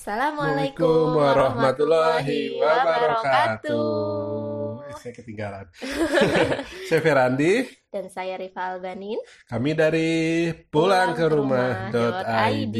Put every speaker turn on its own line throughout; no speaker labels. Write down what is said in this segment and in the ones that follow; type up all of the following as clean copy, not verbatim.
Assalamualaikum
Assalamualaikum warahmatullahi
warahmatullahi
wabarakatuh.
wabarakatuh.
Saya ketinggalan. Saya Ferandi.
Dan saya Rifa Albanin.
Kami dari pulangkerumah.id.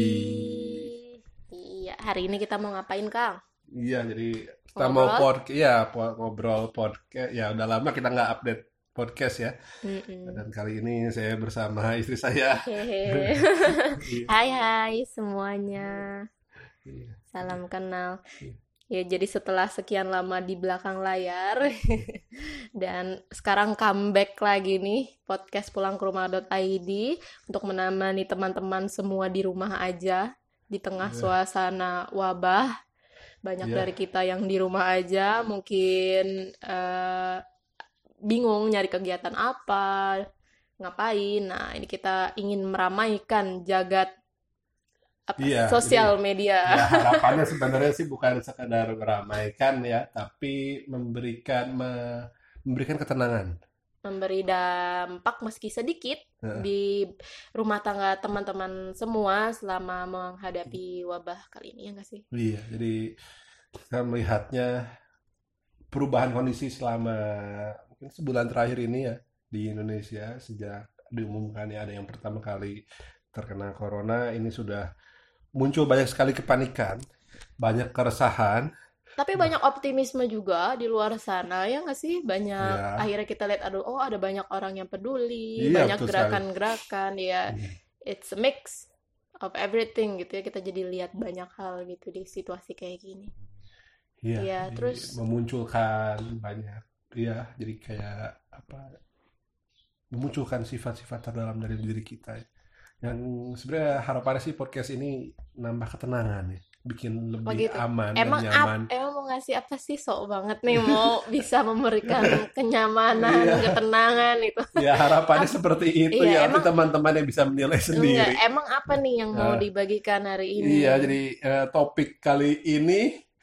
Iya, hari ini kita mau ngapain, Kang?
Iya, jadi kita
Ngobrol?
ngobrol podcast. Ya, udah lama kita nggak update podcast ya.
Mm-mm.
Dan kali ini saya bersama istri saya.
Hehe.
Iya.
Hai semuanya.
Iya.
Salam kenal.
Iya.
Ya, jadi setelah sekian lama di belakang layar dan sekarang comeback lagi nih podcast pulangkerumah.id untuk menemani teman-teman semua di rumah aja di tengah
Iya.
suasana wabah. Banyak
Iya.
dari kita yang di rumah aja mungkin bingung nyari kegiatan apa, ngapain. Nah, ini kita ingin meramaikan jagat
Iya,
sosial
jadi
media.
ya harapannya sebenarnya sih bukan sekadar meramaikan ya, tapi memberikan ketenangan.
Memberi dampak meski sedikit
Nah,
di rumah tangga teman-teman semua selama menghadapi wabah kali ini, ya nggak sih?
iya, jadi saya melihatnya perubahan kondisi selama mungkin sebulan terakhir ini ya di Indonesia sejak diumumkannya ada yang pertama kali terkena corona ini sudah muncul banyak sekali kepanikan, banyak keresahan.
Tapi banyak optimisme juga di luar sana, ya nggak sih? Banyak
Ya,
akhirnya kita lihat, aduh, oh ada banyak orang yang peduli,
iya
banyak
betul sekali.
gerakan-gerakan, ya.
Iya,
It's a mix of everything gitu ya. Kita jadi lihat banyak hal gitu di situasi kayak gini.
iya,
Ya,
jadi
terus
memunculkan banyak, iya, jadi kayak apa? Memunculkan sifat-sifat terdalam dari diri kita ya. Yang sebenarnya harapannya sih podcast ini nambah ketenangan ya, bikin
apa
lebih
gitu.
aman dan nyaman.
Emang mau ngasih apa sih, sok banget nih mau bisa memberikan kenyamanan,
Iya,
ketenangan itu.
ya harapannya
Ap-
seperti itu
iya,
ya, nanti
emang
teman-teman yang bisa menilai
enggak,
sendiri.
emang apa nih yang mau
Nah,
dibagikan hari
iya,
ini?
jadi topik kali ini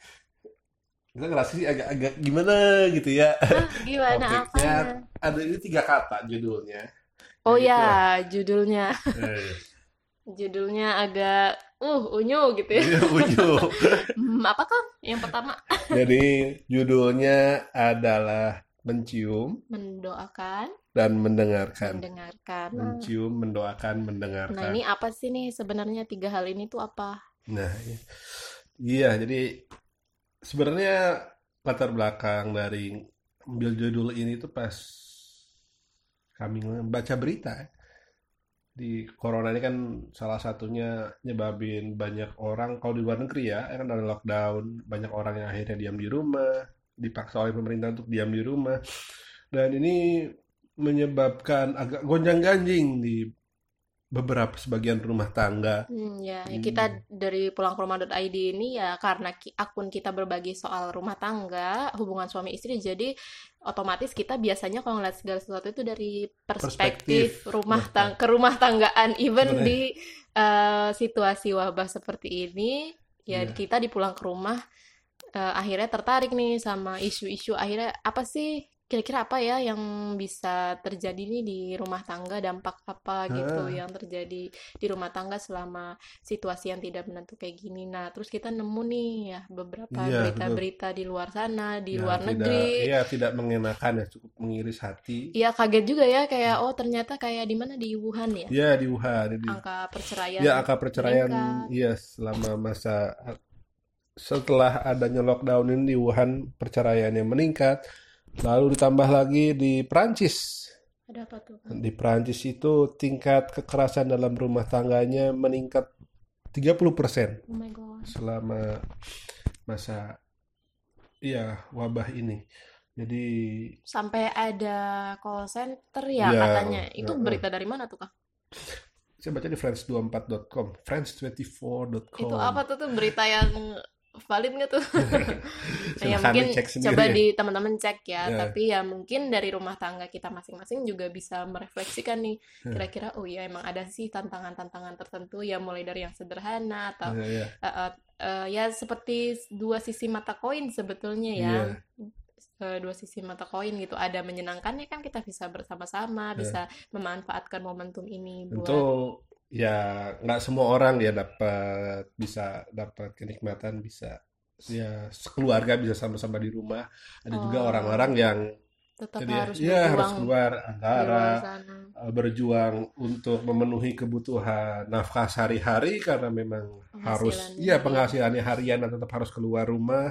kita ngerasa sih agak-agak gimana gitu ya.
Hah, gimana
Topiknya
apanya?
ada ini 3 kata judulnya.
Oh
Jadi
ya,
itulah.
judulnya
Eh,
judulnya agak unyu gitu ya.
Ini ujung.
Apa Kang? Yang pertama,
Jadi judulnya adalah mencium
mendoakan,
dan mendengarkan.
mendengarkan.
Mencium, mendoakan,
Nah,
mendengarkan.
ini apa sih nih sebenarnya tiga hal ini tuh apa?
Nah, iya, jadi sebenarnya latar belakang dari ambil judul ini tuh pas kami baca berita ya. Di corona ini kan salah satunya nyebabin banyak orang kalau di luar negeri ya kan ada lockdown, banyak orang yang akhirnya diam di rumah, dipaksa oleh pemerintah untuk diam di rumah. Dan ini menyebabkan agak gonjang-ganjing di beberapa sebagian rumah tangga.
Ya,
Hmm,
kita dari pulangkerumah.id ini ya karena akun kita berbagi soal rumah tangga, hubungan suami istri, jadi otomatis kita biasanya kalau ngeliat segala sesuatu itu dari perspektif
perspektif rumah tangga.
rumah tanggaan, even
Sebenarnya,
di situasi wabah seperti ini, ya
iya,
kita di pulang ke rumah akhirnya tertarik nih sama isu-isu, akhirnya apa sih kira-kira apa ya yang bisa terjadi nih di rumah tangga, dampak apa gitu
ah,
yang terjadi di rumah tangga selama situasi yang tidak menentu kayak gini. Nah, terus kita nemu nih ya beberapa
iya betul.
berita-berita di luar sana, di
Ya
luar
tidak,
negeri.
ya tidak mengenakan ya, cukup mengiris hati.
Iya, kaget juga ya, kayak oh ternyata kayak di mana, di Wuhan ya,
Ya di Wuhan,
angka
ya
perceraian
angka perceraian
meningkat.
ya selama masa setelah adanya lockdown ini di Wuhan perceraiannya meningkat. Lalu ditambah lagi di Prancis.
Ada apa tuh, Kang?
Di Prancis itu tingkat kekerasan dalam rumah tangganya meningkat 30%
Oh my god.
selama masa wabah ini. Jadi
Sampai ada call center ya
ya,
katanya. Itu berita dari mana tuh, Kang?
saya baca di france24.com,
Itu
france24.com.
apa tuh berita yang valid nggak tuh? Nah, ya
Silahkan
mungkin
dicek
coba
sendiri ya.
di teman-teman cek ya.
Ya,
Tapi ya mungkin dari rumah tangga kita masing-masing juga bisa merefleksikan nih.
ya,
Kira-kira oh ya emang ada sih tantangan-tantangan tertentu ya, mulai dari yang sederhana atau
ya, ya.
eh, eh, ya seperti dua sisi mata koin sebetulnya ya.
Iya,
Dua sisi mata koin gitu. Ada menyenangkannya kan kita bisa bersama-sama,
ya.
bisa memanfaatkan momentum ini
Tentu
buat
ya nggak semua orang ya bisa dapat kenikmatan, bisa ya sekeluarga bisa sama-sama di rumah. Ada juga
Oh,
orang-orang yang
tetap
jadi
harus
ya harus
berjuang
keluar
di luar
antara
sana.
berjuang untuk memenuhi kebutuhan nafkah sehari-hari karena memang harus
Penghasilannya
ya
harian.
penghasilannya harian dan tetap harus keluar rumah.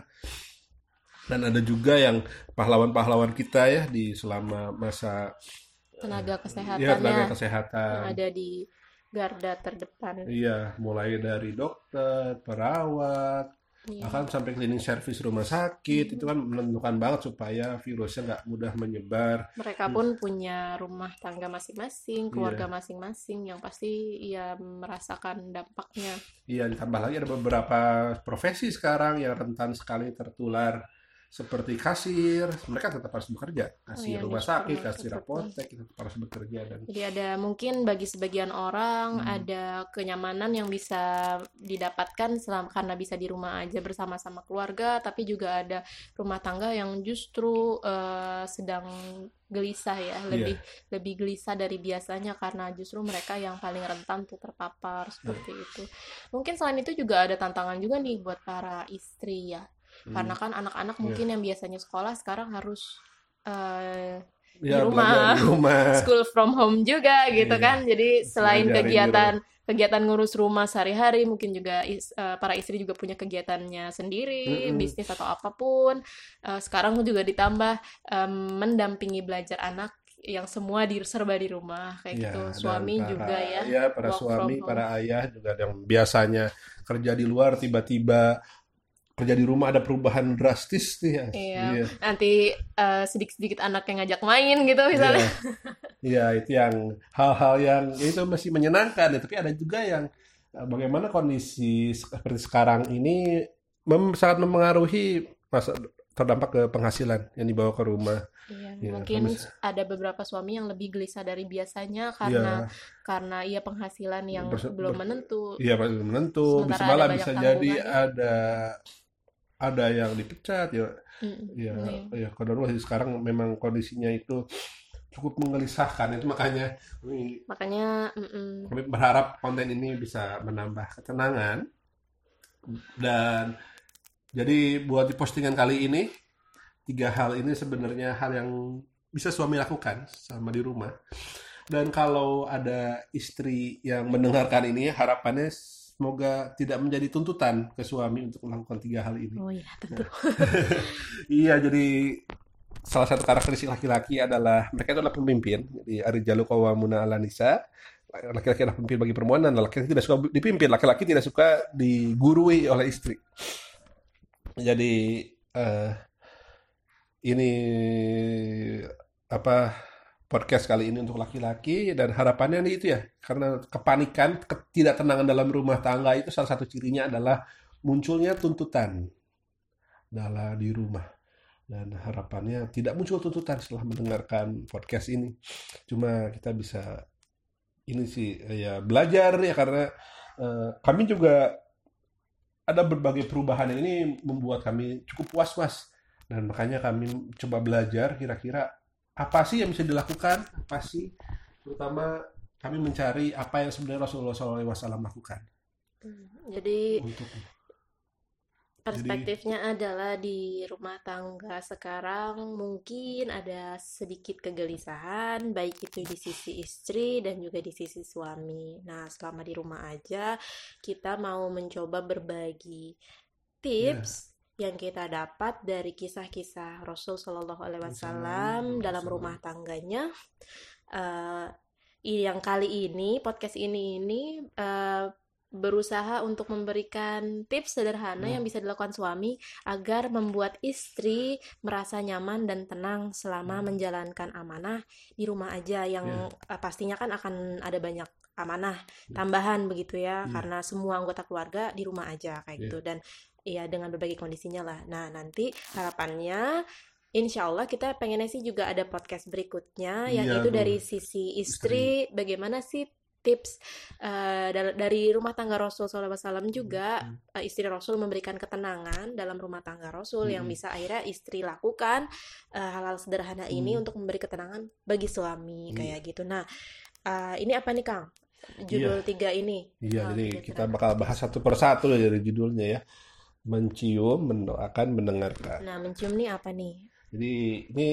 Dan ada juga yang pahlawan-pahlawan kita ya di selama masa
Tenaga
ya tenaga
kesehatannya yang
kesehatan.
ada di garda terdepan.
Iya, mulai dari dokter, perawat,
Iya.
bahkan sampai cleaning service rumah sakit itu kan menentukan banget supaya virusnya nggak mudah menyebar.
Mereka pun punya rumah tangga masing-masing, keluarga
Iya,
masing-masing yang pasti ya merasakan dampaknya.
iya ditambah lagi ada beberapa profesi sekarang yang rentan sekali tertular seperti kasir, mereka tetap harus bekerja.
Oh,
Kasir
yang di
rumah sakit,
supermarket
kasir
betul.
apotek, itu tetap harus bekerja dan
Jadi ada mungkin bagi sebagian orang
hmm,
ada kenyamanan yang bisa didapatkan selama karena bisa di rumah aja bersama-sama keluarga, tapi juga ada rumah tangga yang justru sedang gelisah ya, lebih
iya,
lebih gelisah dari biasanya karena justru mereka yang paling rentan tuh terpapar
iya,
seperti itu. Mungkin selain itu juga ada tantangan juga nih buat para istri ya.
hmm,
Karena kan anak-anak
iya.
mungkin yang biasanya sekolah sekarang harus eh,
Ya
di
belajar
rumah
di rumah,
school from home juga gitu
iya,
kan. Jadi selain
ngajarin di rumah.
kegiatan ngurus rumah sehari-hari, mungkin juga para istri juga punya kegiatannya sendiri,
Mm-mm.
bisnis atau apapun. Sekarang juga ditambah mendampingi belajar anak yang semua serba di rumah kayak
Ya,
gitu.
dan
Suami juga ya
para
work from
suami,
home.
para ayah juga yang biasanya kerja di luar tiba-tiba kerja di rumah ada perubahan drastis nih ya.
Iya,
Iya,
nanti sedikit-sedikit anak yang ngajak main gitu
iya,
misalnya.
iya itu yang hal-hal yang ya itu masih menyenangkan ya, tapi ada juga yang bagaimana kondisi seperti sekarang ini sangat memengaruhi masa terdampak ke penghasilan yang dibawa ke rumah.
Iya,
Ya,
mungkin ada beberapa suami yang lebih gelisah dari biasanya
iya,
karena ia penghasilan yang
berse-
belum
ber-
menentu,
iya belum menentu, bisa
sementara ada
malah
banyak
bisa jadi
tanggungan ya.
ada yang dipecat ya. Ya,
Iya.
ya kodarullah sih sekarang memang kondisinya itu cukup menggelisahkan itu makanya
Makanya,
kami berharap konten ini bisa menambah ketenangan dan jadi buat di postingan kali ini tiga hal ini sebenarnya hal yang bisa suami lakukan sama di rumah dan kalau ada istri yang mendengarkan ini harapannya semoga tidak menjadi tuntutan ke suami untuk melakukan tiga hal ini.
oh iya tentu.
Nah, iya jadi salah satu karakteristik laki-laki adalah mereka itu adalah pemimpin. Jadi Arijalu Qawwamuna 'ala nisa. Laki-laki adalah pemimpin bagi perempuan dan laki-laki tidak suka dipimpin. Laki-laki tidak suka digurui oleh istri. Jadi eh, ini apa podcast kali ini untuk laki-laki dan harapannya nih itu ya karena kepanikan, ketidaktenangan dalam rumah tangga itu salah satu cirinya adalah munculnya tuntutan dalam di rumah. Dan harapannya tidak muncul tuntutan setelah mendengarkan podcast ini. Cuma kita bisa ini sih ya belajar ya karena kami juga ada berbagai perubahan yang ini membuat kami cukup was-was dan makanya kami coba belajar kira-kira apa sih yang bisa dilakukan, apa sih terutama kami mencari apa yang sebenarnya Rasulullah SAW lakukan
Jadi
untuk jadi
perspektifnya adalah di rumah tangga sekarang mungkin ada sedikit kegelisahan, baik itu di sisi istri dan juga di sisi suami. Nah, selama di rumah aja, kita mau mencoba berbagi tips
ya
yang kita dapat dari kisah-kisah Rasul Shallallahu Alaihi Wasallam dalam rumah
Wasallam.
tangganya. Eh, yang kali ini podcast ini berusaha untuk memberikan tips sederhana yang
Hmm,
bisa dilakukan suami agar membuat istri merasa nyaman dan tenang selama menjalankan amanah di rumah aja
ya,
yang pastinya kan akan ada banyak amanah tambahan begitu ya
ya,
karena semua anggota keluarga di rumah aja kayak
ya.
gitu dan ya dengan berbagai kondisinya lah. Nah, nanti harapannya Insya Allah kita pengennya sih juga ada podcast berikutnya yang
Iya,
itu
tuh
dari sisi
istri.
istri bagaimana sih tips dari rumah tangga Rasul SAW juga istri Rasul memberikan ketenangan dalam rumah tangga Rasul yang
Mm-mm.
bisa akhirnya istri lakukan hal-hal sederhana ini
Hmm,
untuk memberi ketenangan bagi suami
iya.
kayak gitu. Nah, ini apa nih Kang?
Iya,
judul 3 ini.
iya.
Oh,
Jadi
3
kita
terakhir
bakal bahas
Yesus.
satu persatu dari judulnya ya. Mencium, mendoakan, mendengarkan.
Nah, mencium nih apa nih?
Jadi ini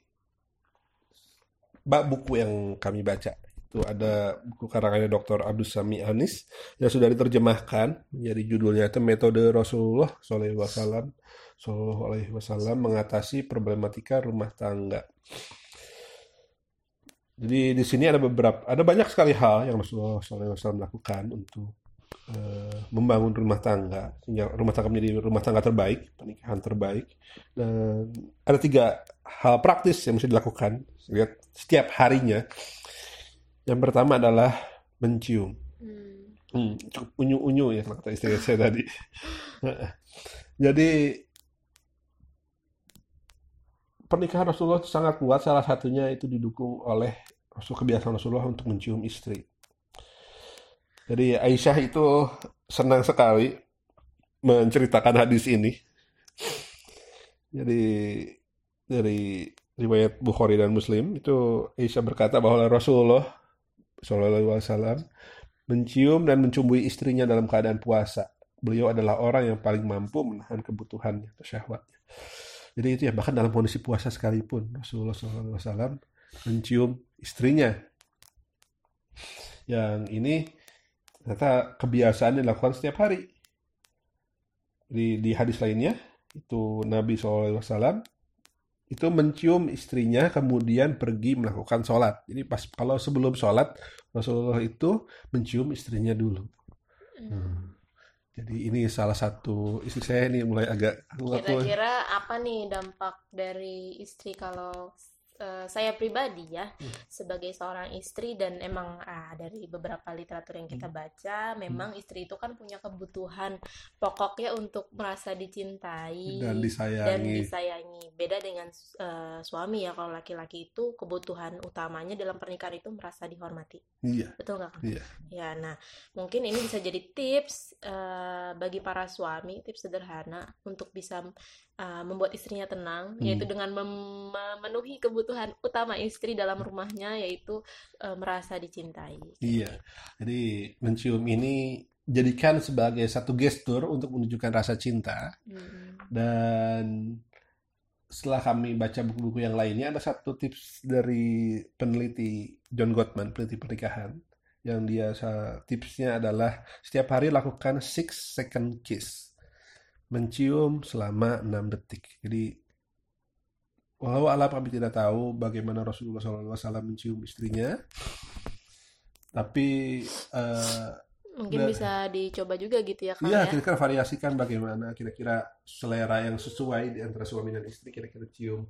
buku yang kami baca. Itu ada buku karangannya Dr. Abdus Sami Anis yang sudah diterjemahkan menjadi judulnya itu Metode Rasulullah Shallallahu Alaihi Wasallam mengatasi problematika rumah tangga. Jadi di sini ada banyak sekali hal yang Rasulullah SAW lakukan untuk membangun rumah tangga sehingga rumah tangga menjadi rumah tangga terbaik, pernikahan terbaik. Dan ada 3 hal praktis yang mesti dilakukan setiap harinya. Yang pertama adalah mencium. Cukup unyu-unyu ya kalau kata istri saya tadi. Jadi pernikahan Rasulullah itu sangat kuat, salah satunya itu didukung oleh kebiasaan Rasulullah untuk mencium istri. Jadi Aisyah itu senang sekali menceritakan hadis ini. Jadi dari riwayat Bukhari dan Muslim itu Aisyah berkata bahwa Rasulullah SAW mencium dan mencumbui istrinya dalam keadaan puasa. Beliau adalah orang yang paling mampu menahan kebutuhannya atau syahwatnya. Jadi itu ya bahkan dalam kondisi puasa sekalipun Rasulullah SAW mencium istrinya. Yang ini ternyata kebiasaan dilakukan setiap hari. Di hadis lainnya itu Nabi SAW itu mencium istrinya kemudian pergi melakukan sholat. Jadi kalau sebelum sholat Rasulullah itu mencium istrinya dulu. Jadi ini salah satu istri saya ini mulai agak
Kira-kira apa nih dampak dari istri kalau saya pribadi ya sebagai seorang istri dan emang dari beberapa literatur yang kita baca memang istri itu kan punya kebutuhan pokoknya untuk merasa dicintai
dan
dan
disayangi.
disayangi. Beda dengan suami ya, kalau laki-laki itu kebutuhan utamanya dalam pernikahan itu merasa dihormati.
Iya,
Betul nggak, Kang?
iya.
Ya, nah mungkin ini bisa jadi tips bagi para suami, tips sederhana untuk bisa membuat istrinya tenang, yaitu dengan memenuhi kebutuhan utama istri dalam rumahnya, yaitu merasa dicintai.
Iya. Jadi mencium ini jadikan sebagai satu gestur untuk menunjukkan rasa cinta. Dan setelah kami baca buku-buku yang lainnya, ada satu tips dari peneliti John Gottman, peneliti pernikahan, yang tipsnya adalah setiap hari lakukan 6-second kiss, mencium selama 6 detik. Jadi walau alam kami tidak tahu bagaimana Rasulullah SAW mencium istrinya, tapi
mungkin bisa dicoba juga gitu ya, Kang
iya,
ya.
kira-kira variasikan bagaimana kira-kira selera yang sesuai di antara suami dan istri, kira-kira cium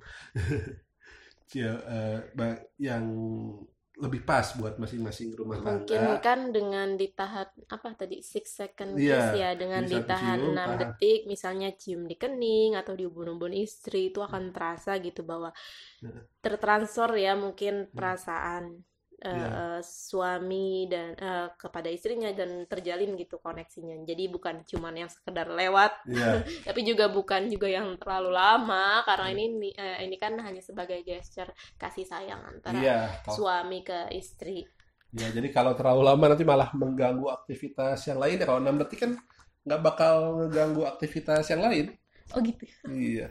yang lebih pas buat masing-masing rumah
Mungkin
tangga.
kan dengan ditahan apa tadi 6 second
Iya,
kiss ya, dengan
jadi satu
ditahan
cium,
6
tahan.
detik misalnya cium di kening atau di ubun-ubun istri, itu akan terasa gitu bahwa tertransfer ya mungkin perasaan
Iya,
suami dan kepada istrinya dan terjalin gitu koneksinya. Jadi bukan cuman yang sekedar lewat
iya,
tapi juga bukan juga yang terlalu lama, karena ini kan hanya sebagai gesture kasih sayang antara
iya.
suami ke istri.
Ya, jadi kalau terlalu lama nanti malah mengganggu aktivitas yang lain ya. Kalau 6 detik kan nggak bakal ngeganggu aktivitas yang lain.
Oh gitu.
Iya.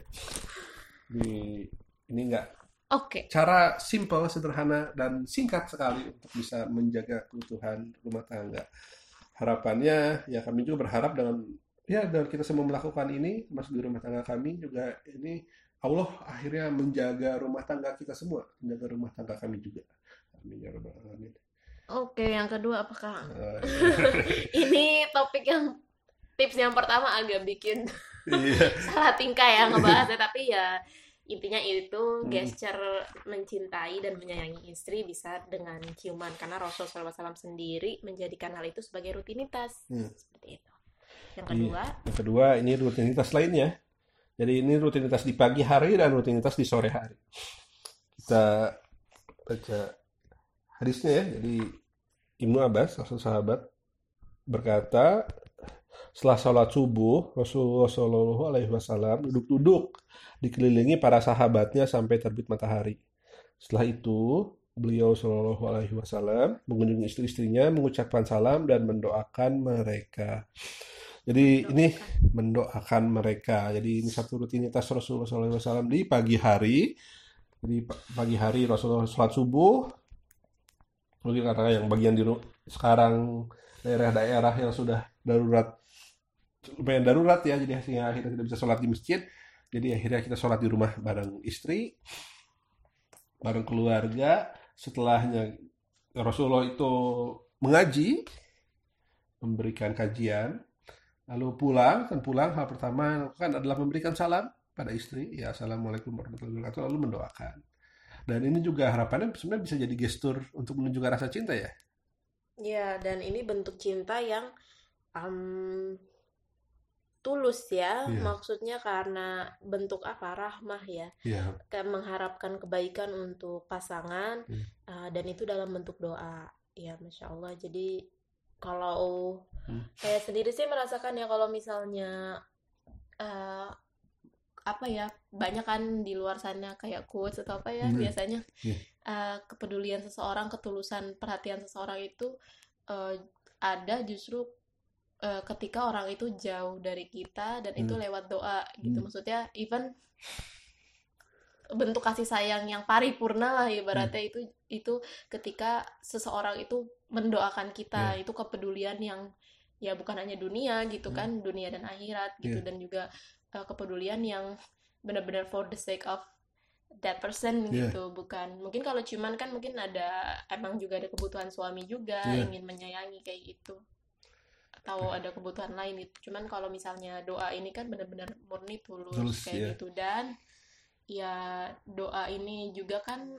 Ini nggak
Oke.
cara simple, sederhana, dan singkat sekali untuk bisa menjaga keutuhan rumah tangga. Harapannya, ya kami juga berharap dengan kita semua melakukan ini, masuk di rumah tangga kami juga ini, Allah akhirnya menjaga rumah tangga kita semua, menjaga rumah tangga kami juga. Amin ya rabbal alamin.
Oke, yang kedua apa, Kang?
Eh,
Ini tips yang pertama agak bikin
iya.
salah tingkah ya ngebahasnya, tapi ya intinya itu
Hmm,
gesture mencintai dan menyayangi istri bisa dengan ciuman, karena Rasulullah SAW sendiri menjadikan hal itu sebagai rutinitas
hmm.
seperti itu. Yang
Iya.
kedua,
Yang kedua ini rutinitas lainnya. Jadi ini rutinitas di pagi hari dan rutinitas di sore hari. Kita baca hadisnya ya. Jadi Ibnu Abbas, sahabat, berkata, setelah sholat subuh, Rasulullah Shallallahu Alaihi Wasallam duduk-duduk dikelilingi para sahabatnya sampai terbit matahari. Setelah itu, beliau Shallallahu Alaihi Wasallam mengunjungi istri-istrinya, mengucapkan salam dan mendoakan mereka. Jadi ini mendoakan mereka. Jadi ini satu rutinitas Rasulullah SAW di pagi hari. Jadi pagi hari Rasulullah sholat subuh. Mungkin karena yang bagian sekarang daerah-daerah yang sudah darurat, lumayan darurat ya. Jadi akhirnya tidak bisa sholat di masjid. Jadi akhirnya kita sholat di rumah bareng istri, bareng keluarga. Setelahnya Rasulullah itu mengaji, memberikan kajian. Lalu pulang hal pertama kan adalah memberikan salam pada istri, ya assalamualaikum warahmatullahi wabarakatuh, lalu mendoakan. Dan ini juga harapannya sebenarnya bisa jadi gestur untuk menunjukkan rasa cinta ya.
Ya, dan ini bentuk cinta yang tulus ya,
Iya.
maksudnya karena bentuk apa? Rahmah ya,
Iya.
kayak mengharapkan kebaikan untuk pasangan, dan itu dalam bentuk doa. Ya, Masya Allah. Jadi kalau saya sendiri sih merasakan ya kalau misalnya eh, apa ya, banyak kan di luar sana kayak quotes atau apa ya biasanya kepedulian seseorang, ketulusan perhatian seseorang itu ada justru ketika orang itu jauh dari kita dan itu lewat doa gitu. Maksudnya even bentuk kasih sayang yang paripurna lah ibaratnya itu ketika seseorang itu mendoakan kita, itu kepedulian yang ya bukan hanya dunia gitu kan, dunia dan akhirat gitu, dan juga kepedulian yang benar-benar for the sake of that person gitu, bukan mungkin kalau cuman kan mungkin ada emang juga ada kebutuhan suami juga ingin menyayangi kayak gitu atau ada kebutuhan lain gitu. Cuman kalau misalnya doa ini kan benar-benar murni tulus kayak gitu, dan ya doa ini juga kan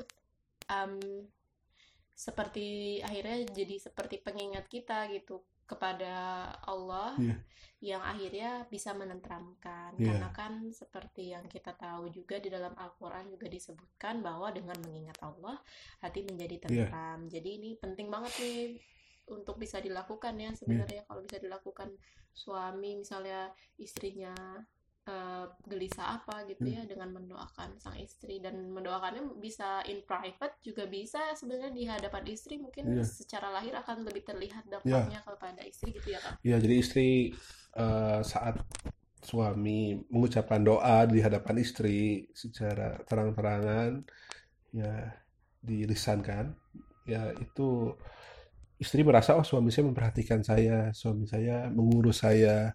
seperti akhirnya jadi seperti pengingat kita gitu kepada Allah yang akhirnya bisa menenteramkan, karena kan seperti yang kita tahu juga di dalam Al-Quran juga disebutkan bahwa dengan mengingat Allah hati menjadi tentram. Jadi ini penting banget nih untuk bisa dilakukan ya sebenarnya. Kalau bisa dilakukan suami misalnya istrinya gelisah apa gitu ya, dengan mendoakan sang istri, dan mendoakannya bisa in private juga bisa sebenarnya di hadapan istri, mungkin secara lahir akan lebih terlihat dampaknya kepada istri gitu ya kan.
Iya, jadi istri saat suami mengucapkan doa di hadapan istri secara terang-terangan ya dilisankan, ya itu istri merasa oh suami saya memperhatikan saya, suami saya mengurus saya,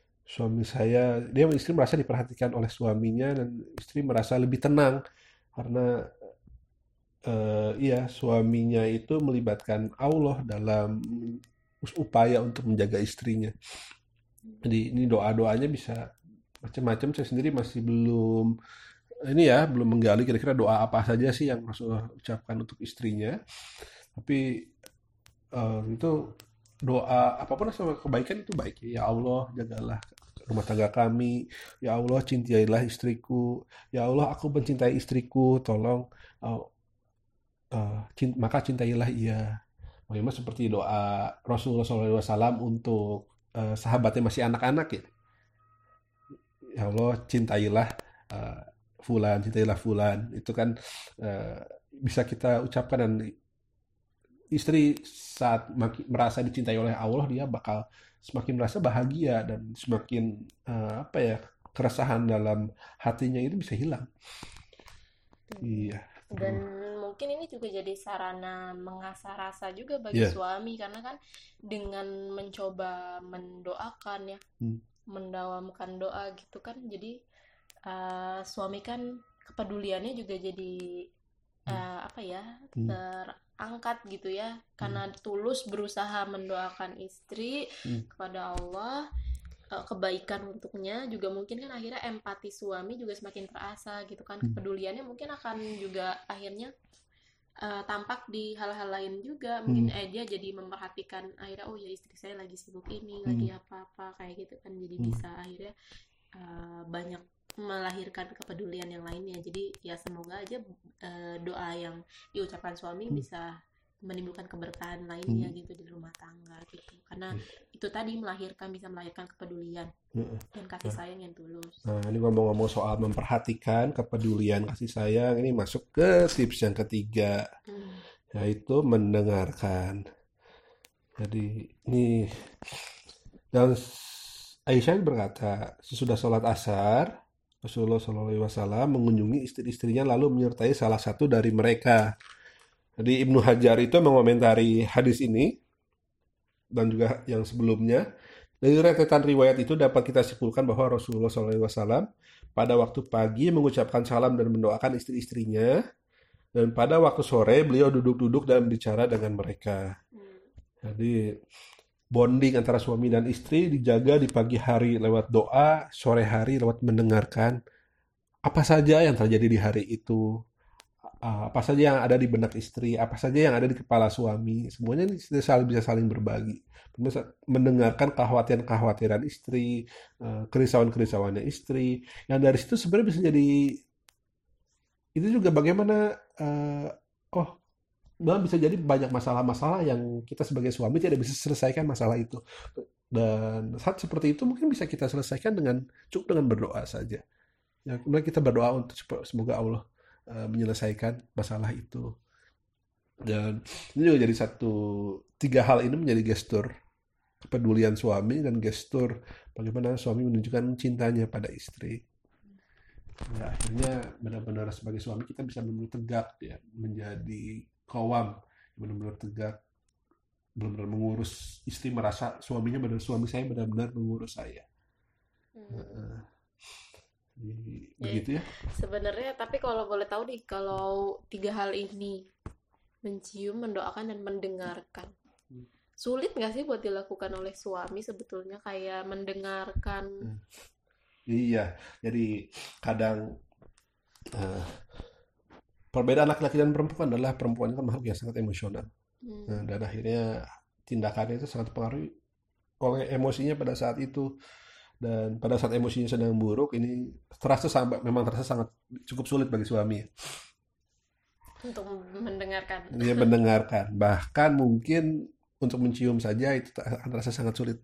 istri merasa diperhatikan oleh suaminya, dan istri merasa lebih tenang karena suaminya itu melibatkan Allah dalam upaya untuk menjaga istrinya. Jadi ini doa-doanya bisa macam-macam. Saya sendiri masih belum menggali kira-kira doa apa saja sih yang Rasulullah ucapkan untuk istrinya. Tapi itu doa apapun sama kebaikan itu baik. Ya Allah, jagalah rumah tangga kami. Ya Allah, cintailah istriku. Ya Allah, aku mencintai istriku. Tolong, maka cintailah ia. Bagaimana seperti doa Rasulullah SAW untuk sahabatnya masih anak-anak ya. Ya Allah, cintailah fulan, cintailah fulan. Itu kan bisa kita ucapkan, dan istri saat merasa dicintai oleh Allah, dia bakal semakin merasa bahagia dan semakin keresahan dalam hatinya itu bisa hilang. Iya.
Dan mungkin ini juga jadi sarana mengasah rasa juga bagi suami, karena kan dengan mencoba mendoakan ya, mendawamkan doa gitu kan, jadi suami kan kepeduliannya juga jadi terangkat gitu ya, karena tulus berusaha mendoakan istri kepada Allah, kebaikan untuknya juga, mungkin kan akhirnya empati suami juga semakin terasa gitu kan, kepeduliannya mungkin akan juga akhirnya tampak di hal-hal lain juga, mungkin dia jadi memperhatikan akhirnya oh ya istri saya lagi sibuk ini, lagi apa-apa kayak gitu kan, jadi bisa akhirnya banyak melahirkan kepedulian yang lainnya. Jadi ya semoga aja doa yang diucapkan suami bisa menimbulkan keberkahan lainnya gitu di rumah tangga gitu, karena itu tadi bisa melahirkan kepedulian dan kasih sayang yang tulus.
Nah, ini ngomong-ngomong soal memperhatikan kepedulian kasih sayang, ini masuk ke tips yang ketiga. yaitu mendengarkan. Jadi ini, dan Aisyah berkata, sesudah sholat asar, Rasulullah SAW mengunjungi istri-istrinya lalu menyertai salah satu dari mereka. Jadi Ibnu Hajar itu mengomentari hadis ini dan juga yang sebelumnya. Dari rentetan riwayat itu dapat kita simpulkan bahwa Rasulullah SAW pada waktu pagi mengucapkan salam dan mendoakan istri-istrinya, dan pada waktu sore beliau duduk-duduk dan bicara dengan mereka. Jadi bonding antara suami dan istri dijaga di pagi hari lewat doa, sore hari lewat mendengarkan apa saja yang terjadi di hari itu, apa saja yang ada di benak istri, apa saja yang ada di kepala suami. Semuanya ini bisa saling berbagi. Mendengarkan kekhawatiran-kekhawatiran istri, kerisauan-kerisauannya istri. Yang dari situ sebenarnya bisa jadi, itu juga bagaimana, oh, bisa jadi banyak masalah-masalah yang kita sebagai suami tidak bisa selesaikan masalah itu. Dan saat seperti itu mungkin bisa kita selesaikan cukup dengan berdoa saja. Ya, kemudian kita berdoa untuk semoga Allah menyelesaikan masalah itu. Dan ini juga jadi tiga hal ini menjadi gestur kepedulian suami dan gestur bagaimana suami menunjukkan cintanya pada istri. Ya, akhirnya benar-benar sebagai suami kita bisa benar-benar tegak, ya, menjadi kawam, benar-benar tegak, benar-benar mengurus istri, merasa suaminya suami saya benar-benar mengurus saya. Begitu ya.
Sebenarnya, tapi kalau boleh tahu nih, kalau tiga hal ini, mencium, mendoakan, dan mendengarkan, sulit nggak sih buat dilakukan oleh suami sebetulnya, kayak mendengarkan?
Iya, jadi kadang perbedaan laki-laki dan perempuan adalah perempuan kan makhluk yang sangat emosional. Dan akhirnya tindakannya itu sangat pengaruhi oleh emosinya pada saat itu. Dan pada saat emosinya sedang buruk, ini memang terasa sangat cukup sulit bagi suami
untuk mendengarkan.
Dia mendengarkan, bahkan mungkin untuk mencium saja itu akan terasa sangat sulit.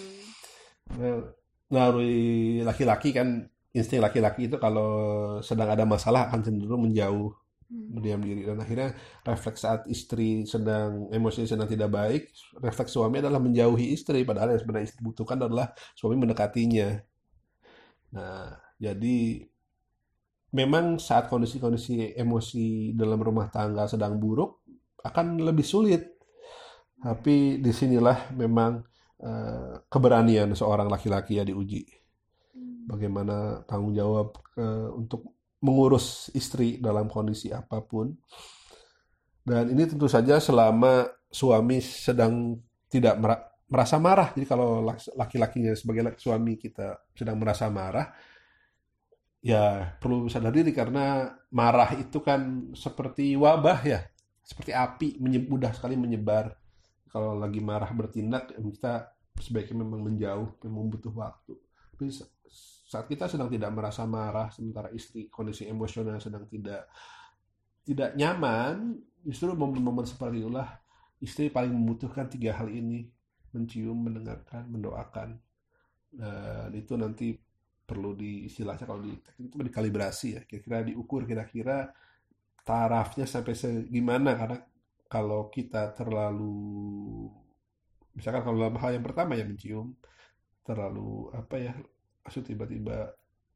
Naluri laki-laki kan, insting laki-laki itu kalau sedang ada masalah akan cenderung menjauh, berdiam diri, dan akhirnya refleks saat istri emosinya sedang tidak baik, refleks suami adalah menjauhi istri, padahal yang sebenarnya istri butuhkan adalah suami mendekatinya. Nah, jadi memang saat kondisi-kondisi emosi dalam rumah tangga sedang buruk akan lebih sulit. Tapi disinilah memang keberanian seorang laki-laki ya diuji. Bagaimana tanggung jawab untuk mengurus istri dalam kondisi apapun. Dan ini tentu saja selama suami sedang tidak merasa marah. Jadi kalau laki-lakinya sebagai suami kita sedang merasa marah, ya perlu sadar diri, karena marah itu kan seperti wabah ya, seperti api, mudah sekali menyebar. Kalau lagi marah bertindak, kita sebaiknya memang menjauh, memang butuh waktu. Tapi saat kita sedang tidak merasa marah, sementara istri kondisi emosional sedang tidak nyaman, justru momen-momen seperti itulah istri paling membutuhkan tiga hal ini: mencium, mendengarkan, mendoakan. Dan itu nanti perlu istilahnya kalau itu dikalibrasi ya, kira-kira diukur kira-kira tarafnya sampai segimana. Karena kalau kita terlalu, misalkan kalau dalam hal yang pertama ya mencium, terlalu tiba-tiba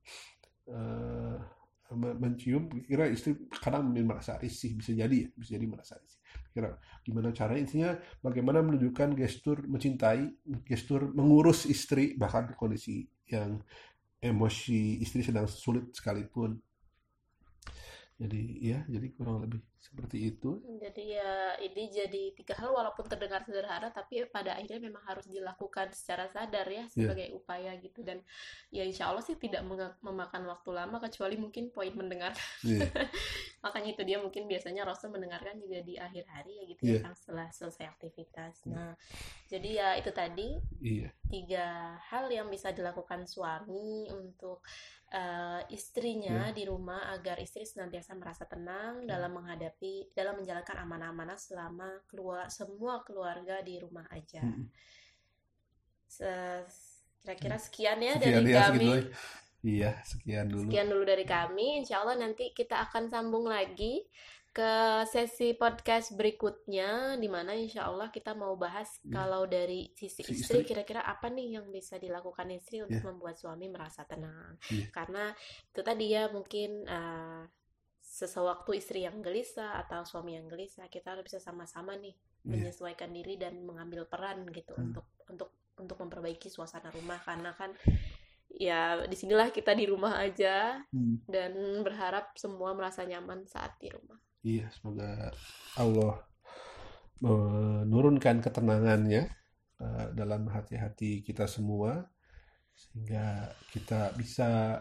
mencium, kira istri kadang merasa risih, bisa jadi merasa risih. Kira gimana caranya, intinya bagaimana menunjukkan gestur mencintai, gestur mengurus istri bahkan di kondisi yang emosi istri sedang sulit sekalipun. Jadi kurang lebih seperti itu.
Jadi ya ini jadi tiga hal walaupun terdengar sederhana, tapi pada akhirnya memang harus dilakukan secara sadar ya, sebagai upaya gitu. Dan ya insya Allah sih tidak memakan waktu lama, kecuali mungkin poin mendengar. Makanya itu dia mungkin biasanya Rasul mendengarkan juga di akhir hari ya gitu ya, setelah selesai aktivitas. Nah, jadi ya itu tadi tiga hal yang bisa dilakukan suami untuk istrinya di rumah, agar istri senantiasa merasa tenang dalam menjalankan amanah-amanah selama semua keluarga di rumah aja. Kira-kira sekian ya dari kami.
Sekian dulu.
Sekian dulu dari kami. Insya Allah nanti kita akan sambung lagi ke sesi podcast berikutnya, di mana insya Allah kita mau bahas kalau dari sisi
Si
istri,
istri.
kira-kira apa nih yang bisa dilakukan istri untuk
Iya,
membuat suami merasa tenang.
iya,
Karena itu tadi ya mungkin sesewaktu istri yang gelisah atau suami yang gelisah, kita harus bisa sama-sama nih
iya.
menyesuaikan diri dan mengambil peran gitu untuk memperbaiki suasana rumah. Karena kan ya disinilah kita di rumah aja dan berharap semua merasa nyaman saat di rumah.
Iya, semoga Allah menurunkan ketenangannya dalam hati-hati kita semua, sehingga kita bisa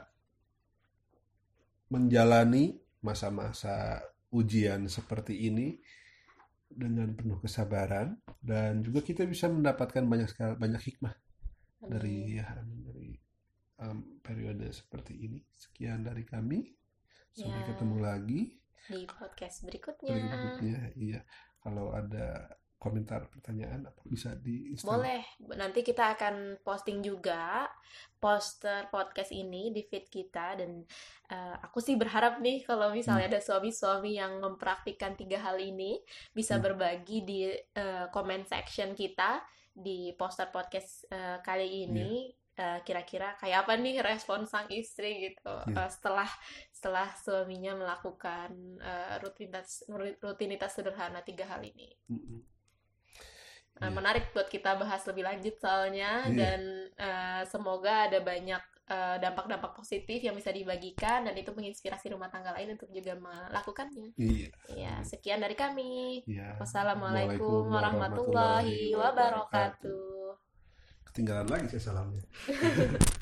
menjalani masa-masa ujian seperti ini dengan penuh kesabaran, dan juga kita bisa mendapatkan banyak hikmah dari periode seperti ini. Sekian dari kami. Sampai
Ya,
ketemu lagi
di podcast berikutnya.
Iya, kalau ada komentar, pertanyaan, apa bisa di Instagram.
Boleh, nanti kita akan posting juga poster podcast ini di feed kita. Dan aku sih berharap nih kalau misalnya ada suami-suami yang mempraktikkan 3 hal ini bisa berbagi di comment section kita di poster podcast kali ini. Kira-kira kayak apa nih respon sang istri gitu setelah suaminya melakukan rutinitas sederhana 3 hal ini. Menarik buat kita bahas lebih lanjut soalnya. Dan semoga ada banyak dampak-dampak positif yang bisa dibagikan dan itu menginspirasi rumah tangga lain untuk juga melakukannya. Ya, sekian dari kami. Wassalamualaikum warahmatullahi wabarakatuh.
Ketinggalan lagi saya salamnya.